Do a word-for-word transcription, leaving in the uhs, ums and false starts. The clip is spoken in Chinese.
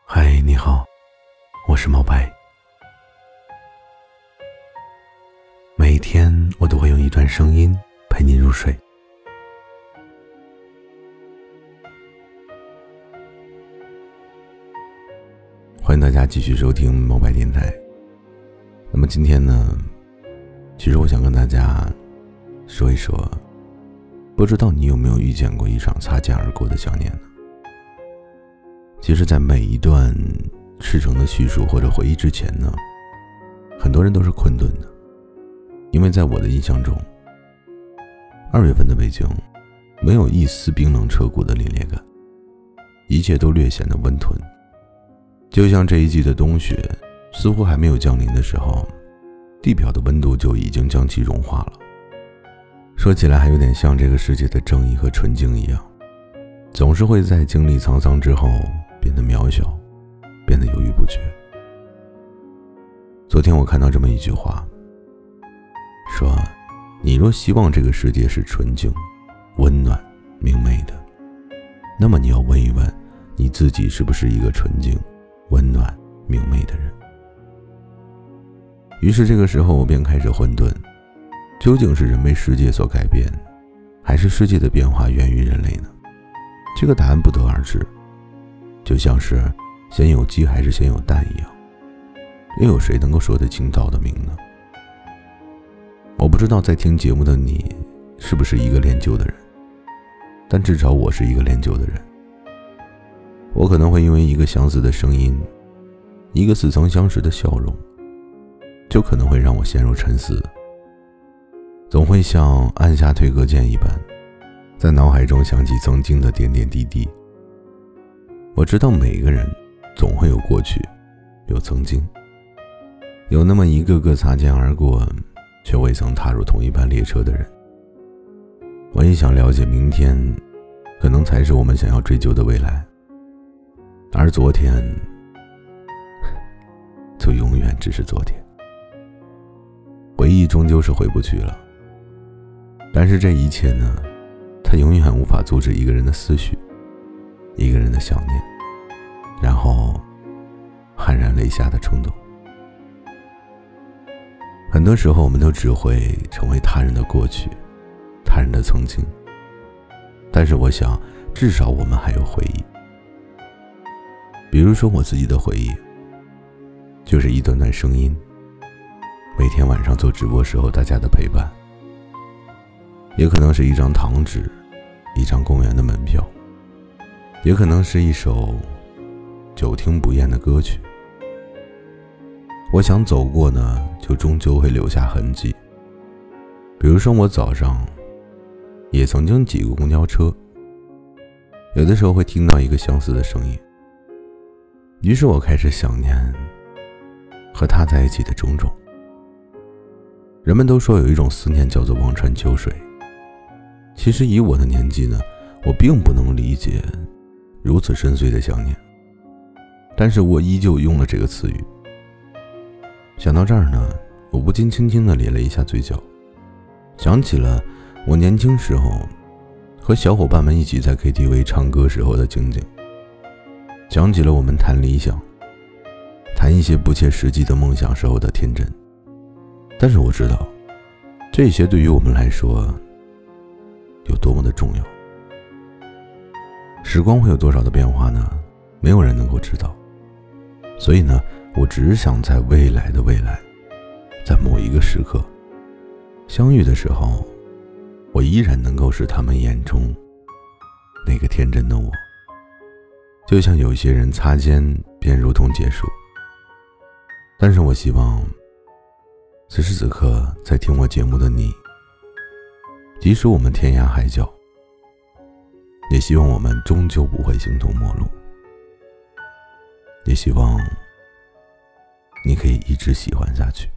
嗨，你好，我是毛白。每天我都会用一段声音陪你入睡。欢迎大家继续收听毛白电台。那么今天呢，其实我想跟大家说一说，不知道你有没有遇见过一场擦肩而过的想念呢？其实在每一段事情的叙述或者回忆之前呢，很多人都是困顿的。因为在我的印象中，二月份的北京没有一丝冰冷彻骨的凛冽感，一切都略显得温吞。就像这一季的冬雪似乎还没有降临的时候，地表的温度就已经将其融化了。说起来还有点像这个世界的正义和纯净一样，总是会在经历沧桑之后变得渺小，变得犹豫不决。昨天我看到这么一句话，说你若希望这个世界是纯净、温暖、明媚的，那么你要问一问你自己是不是一个纯净、温暖、明媚的人。于是这个时候我便开始混沌，究竟是人为世界所改变，还是世界的变化源于人类呢？这个答案不得而知，就像是先有鸡还是先有蛋一样，又有谁能够说得清道得明呢？我不知道在听节目的你是不是一个恋旧的人，但至少我是一个恋旧的人。我可能会因为一个相似的声音，一个似曾相识的笑容，就可能会让我陷入沉思，总会像按下退歌键一般，在脑海中想起曾经的点点滴滴。我知道每个人总会有过去，有曾经，有那么一个个擦肩而过却未曾踏入同一班列车的人。我也想了解明天可能才是我们想要追求的未来，而昨天就永远只是昨天。回忆终究是回不去了，但是这一切呢，它永远无法阻止一个人的思绪，一个人的想念，然后酣然泪下的冲动。很多时候我们都只会成为他人的过去，他人的曾经，但是我想至少我们还有回忆。比如说我自己的回忆，就是一段段声音，每天晚上做直播时候大家的陪伴，也可能是一张糖纸，一张公园的门票，也可能是一首久听不厌的歌曲。我想走过呢，就终究会留下痕迹。比如说我早上也曾经挤过公交车，有的时候会听到一个相似的声音，于是我开始想念和他在一起的种种。人们都说有一种思念叫做望穿秋水，其实以我的年纪呢，我并不能理解如此深邃的想念，但是我依旧用了这个词语。想到这儿呢，我不禁轻轻地咧了一下嘴角，想起了我年轻时候和小伙伴们一起在 K T V 唱歌时候的情景，想起了我们谈理想，谈一些不切实际的梦想时候的天真。但是我知道，这些对于我们来说有多么的重要。时光会有多少的变化呢？没有人能够知道。所以呢，我只想在未来的未来，在某一个时刻相遇的时候，我依然能够是他们眼中那个天真的我。就像有些人擦肩便如同结束，但是我希望此时此刻在听我节目的你，即使我们天涯海角，也希望我们终究不会形同陌路，也希望你可以一直喜欢下去。